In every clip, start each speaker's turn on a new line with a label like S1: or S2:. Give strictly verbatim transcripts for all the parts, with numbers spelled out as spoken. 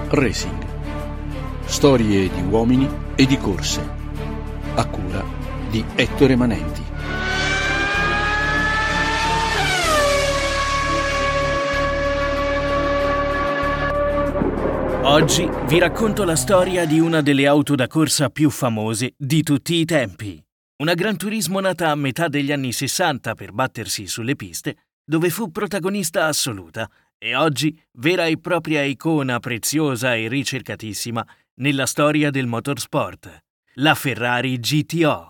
S1: Racing. Storie di uomini e di corse. A cura di Ettore Manenti.
S2: Oggi vi racconto la storia di una delle auto da corsa più famose di tutti i tempi. Una Gran Turismo nata a metà degli anni sessanta per battersi sulle piste, dove fu protagonista assoluta e oggi vera e propria icona preziosa e ricercatissima nella storia del motorsport, la Ferrari G T O.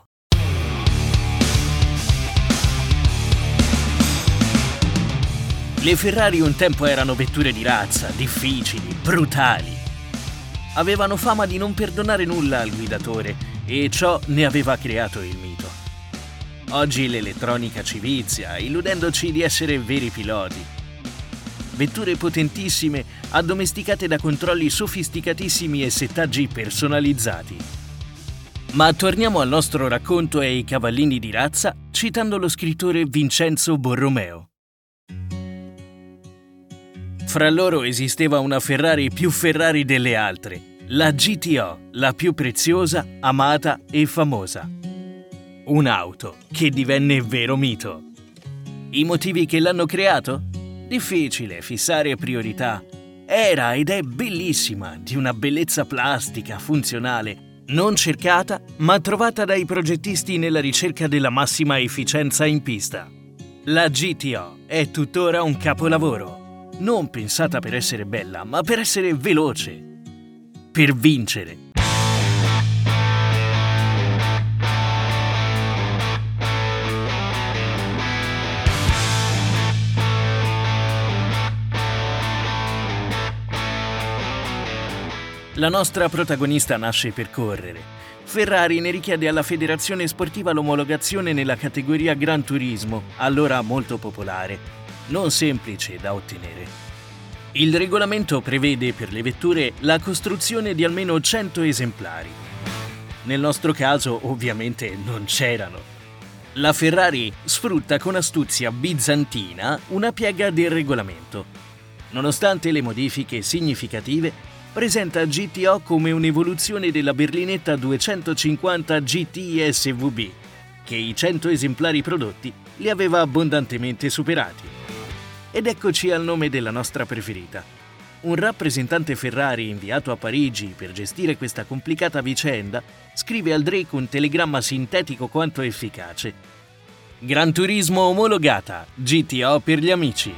S2: Le Ferrari un tempo erano vetture di razza, difficili, brutali. Avevano fama di non perdonare nulla al guidatore e ciò ne aveva creato il mito. Oggi l'elettronica ci vizia, illudendoci di essere veri piloti. Vetture potentissime, addomesticate da controlli sofisticatissimi e settaggi personalizzati. Ma torniamo al nostro racconto e ai cavallini di razza, citando lo scrittore Vincenzo Borromeo. Fra loro esisteva una Ferrari più Ferrari delle altre, la G T O, la più preziosa, amata e famosa. Un'auto che divenne vero mito. I motivi che l'hanno creato? Difficile fissare priorità. Era ed è bellissima, di una bellezza plastica, funzionale, non cercata, ma trovata dai progettisti nella ricerca della massima efficienza in pista. La G T O è tuttora un capolavoro. Non pensata per essere bella, ma per essere veloce. Per vincere. La nostra protagonista nasce per correre. Ferrari ne richiede alla federazione sportiva l'omologazione nella categoria Gran Turismo, allora molto popolare, non semplice da ottenere. Il regolamento prevede per le vetture la costruzione di almeno cento esemplari. Nel nostro caso, ovviamente, non c'erano. La Ferrari sfrutta con astuzia bizantina una piega del regolamento. Nonostante le modifiche significative, presenta G T O come un'evoluzione della berlinetta duecentocinquanta G T S V B, che i cento esemplari prodotti li aveva abbondantemente superati. Ed eccoci al nome della nostra preferita. Un rappresentante Ferrari inviato a Parigi per gestire questa complicata vicenda scrive al Drake un telegramma sintetico quanto efficace. Gran Turismo omologata, G T O per gli amici.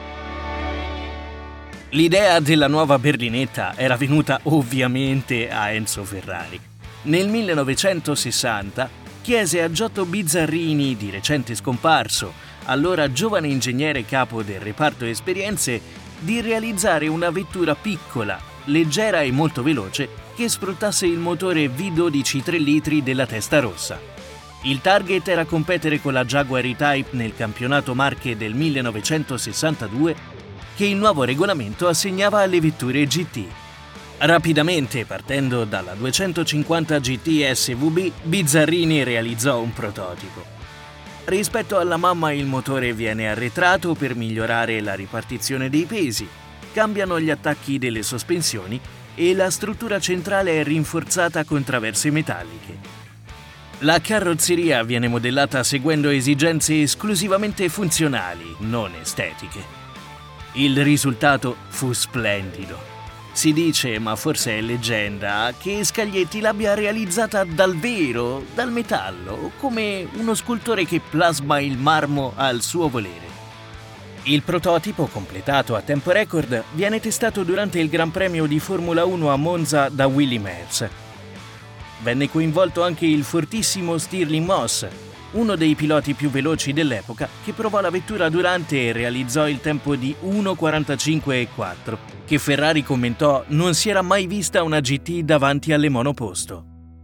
S2: L'idea della nuova berlinetta era venuta ovviamente a Enzo Ferrari. Nel millenovecentosessanta chiese a Giotto Bizzarrini, di recente scomparso, allora giovane ingegnere capo del reparto esperienze, di realizzare una vettura piccola, leggera e molto veloce che sfruttasse il motore V dodici tre litri della testa rossa. Il target era competere con la Jaguar E-Type nel campionato Marche del millenovecentosessantadue che il nuovo regolamento assegnava alle vetture G T. Rapidamente, partendo dalla duecentocinquanta G T S V B, Bizzarrini realizzò un prototipo. Rispetto alla mamma il motore viene arretrato per migliorare la ripartizione dei pesi, cambiano gli attacchi delle sospensioni e la struttura centrale è rinforzata con traverse metalliche. La carrozzeria viene modellata seguendo esigenze esclusivamente funzionali, non estetiche. Il risultato fu splendido. Si dice, ma forse è leggenda, che Scaglietti l'abbia realizzata dal vero, dal metallo, come uno scultore che plasma il marmo al suo volere. Il prototipo, completato a tempo record, viene testato durante il Gran Premio di Formula uno a Monza da Willy Merckx. Venne coinvolto anche il fortissimo Stirling Moss, uno dei piloti più veloci dell'epoca, che provò la vettura durante e realizzò il tempo di uno quarantacinque e quattro, che Ferrari commentò non si era mai vista una G T davanti alle monoposto.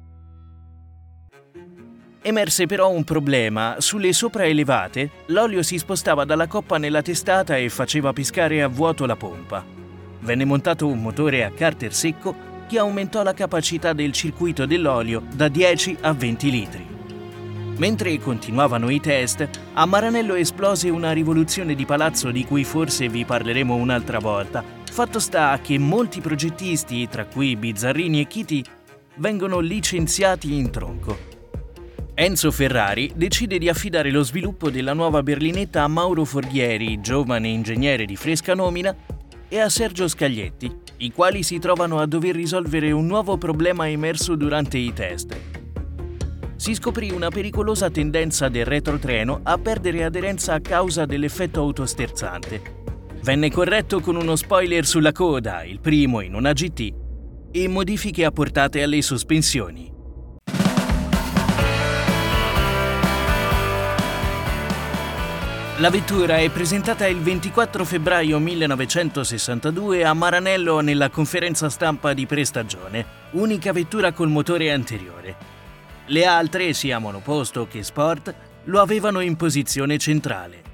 S2: Emerse però un problema: sulle sopraelevate l'olio si spostava dalla coppa nella testata e faceva pescare a vuoto la pompa. Venne montato un motore a carter secco che aumentò la capacità del circuito dell'olio da dieci a venti litri. Mentre continuavano i test, a Maranello esplose una rivoluzione di palazzo di cui forse vi parleremo un'altra volta, Fatto sta che molti progettisti, tra cui Bizzarrini e Chiti, vengono licenziati in tronco. Enzo Ferrari decide di affidare lo sviluppo della nuova berlinetta a Mauro Forghieri, giovane ingegnere di fresca nomina, e a Sergio Scaglietti, i quali si trovano a dover risolvere un nuovo problema emerso durante i test. Si scoprì una pericolosa tendenza del retrotreno a perdere aderenza a causa dell'effetto autosterzante. Venne corretto con uno spoiler sulla coda, il primo in una G T, e modifiche apportate alle sospensioni. La vettura è presentata il ventiquattro febbraio millenovecentosessantadue a Maranello nella conferenza stampa di pre-stagione, unica vettura col motore anteriore. Le altre, sia monoposto che sport, lo avevano in posizione centrale.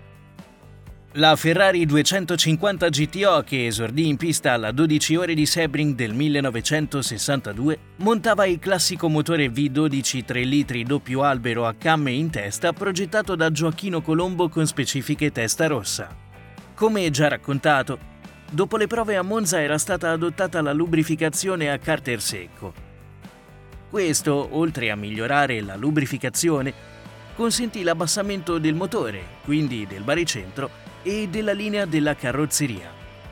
S2: La Ferrari duecentocinquanta G T O, che esordì in pista alla dodici ore di Sebring del millenovecentosessantadue, montava il classico motore V dodici tre litri doppio albero a camme in testa progettato da Gioacchino Colombo con specifiche testa rossa. Come già raccontato, dopo le prove a Monza era stata adottata la lubrificazione a carter secco. Questo, oltre a migliorare la lubrificazione, consentì l'abbassamento del motore, quindi del baricentro, e della linea della carrozzeria.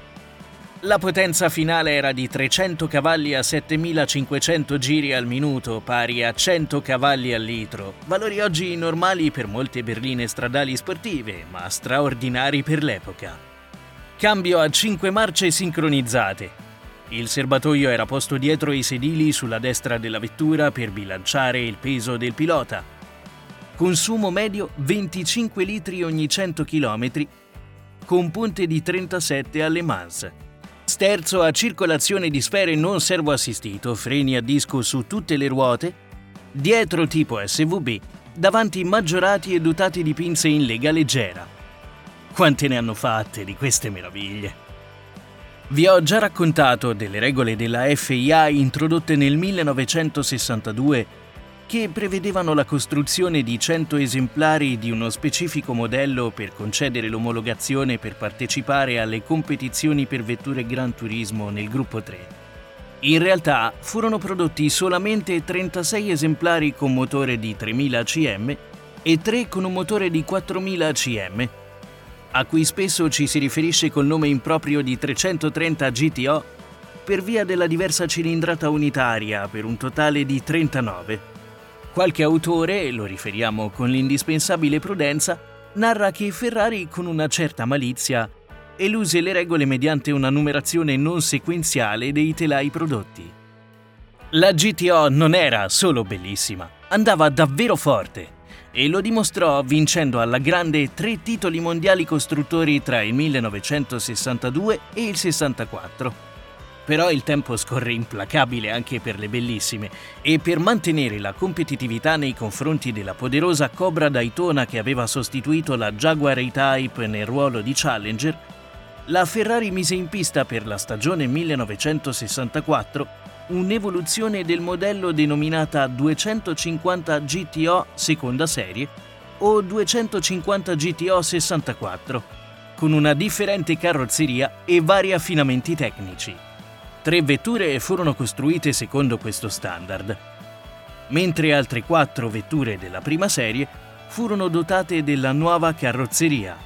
S2: La potenza finale era di trecento cavalli a settemilacinquecento giri al minuto, pari a cento cavalli al litro, valori oggi normali per molte berline stradali sportive, ma straordinari per l'epoca. Cambio a cinque marce sincronizzate. Il serbatoio era posto dietro i sedili sulla destra della vettura per bilanciare il peso del pilota. Consumo medio venticinque litri ogni cento chilometri, con punte di trentasette alle Mans. Sterzo a circolazione di sfere non servoassistito, freni a disco su tutte le ruote, dietro tipo S V B, davanti maggiorati e dotati di pinze in lega leggera. Quante ne hanno fatte di queste meraviglie? Vi ho già raccontato delle regole della F I A introdotte nel millenovecentosessantadue che prevedevano la costruzione di cento esemplari di uno specifico modello per concedere l'omologazione per partecipare alle competizioni per vetture Gran Turismo nel gruppo tre. In realtà furono prodotti solamente trentasei esemplari con motore di tremila C M e tre con un motore di quattromila C M, a cui spesso ci si riferisce col nome improprio di trecentotrenta G T O per via della diversa cilindrata unitaria, per un totale di trentanove. Qualche autore, lo riferiamo con l'indispensabile prudenza, narra che Ferrari, con una certa malizia, eluse le regole mediante una numerazione non sequenziale dei telai prodotti. La G T O non era solo bellissima, andava davvero forte e lo dimostrò vincendo alla grande tre titoli mondiali costruttori tra il millenovecentosessantadue e il sessantaquattro. Però il tempo scorre implacabile anche per le bellissime e per mantenere la competitività nei confronti della poderosa Cobra Daytona che aveva sostituito la Jaguar A-Type nel ruolo di Challenger, la Ferrari mise in pista per la stagione millenovecentosessantaquattro un'evoluzione del modello denominata duecentocinquanta G T O seconda serie o duecentocinquanta G T O sessantaquattro, con una differente carrozzeria e vari affinamenti tecnici. Tre vetture furono costruite secondo questo standard, mentre altre quattro vetture della prima serie furono dotate della nuova carrozzeria.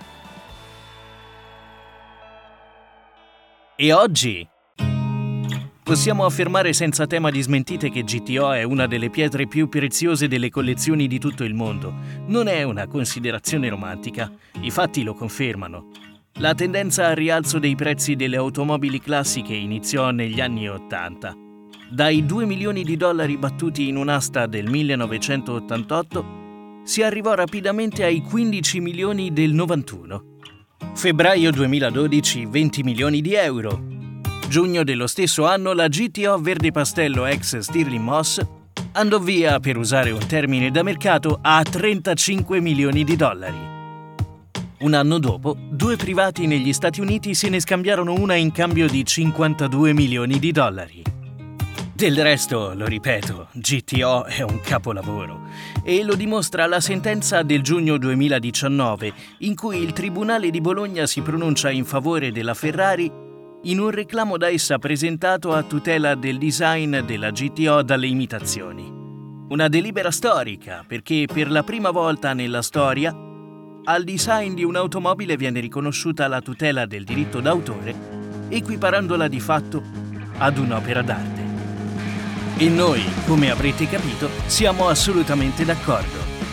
S2: E oggi possiamo affermare senza tema di smentite che G T O è una delle pietre più preziose delle collezioni di tutto il mondo. Non è una considerazione romantica, i fatti lo confermano. La tendenza al rialzo dei prezzi delle automobili classiche iniziò negli anni ottanta. Dai due milioni di dollari battuti in un'asta del millenovecentottantotto si arrivò rapidamente ai quindici milioni del novantuno. Febbraio duemiladodici venti milioni di euro. Giugno dello stesso anno la G T O verde pastello ex Stirling Moss andò via, per usare un termine da mercato, a trentacinque milioni di dollari. Un anno dopo, due privati negli Stati Uniti se ne scambiarono una in cambio di cinquantadue milioni di dollari. Del resto, lo ripeto, G T O è un capolavoro e lo dimostra la sentenza del giugno duemiladiciannove in cui il Tribunale di Bologna si pronuncia in favore della Ferrari in un reclamo da essa presentato a tutela del design della G T O dalle imitazioni. Una delibera storica, perché per la prima volta nella storia al design di un'automobile viene riconosciuta la tutela del diritto d'autore, equiparandola di fatto ad un'opera d'arte. E noi, come avrete capito, siamo assolutamente d'accordo.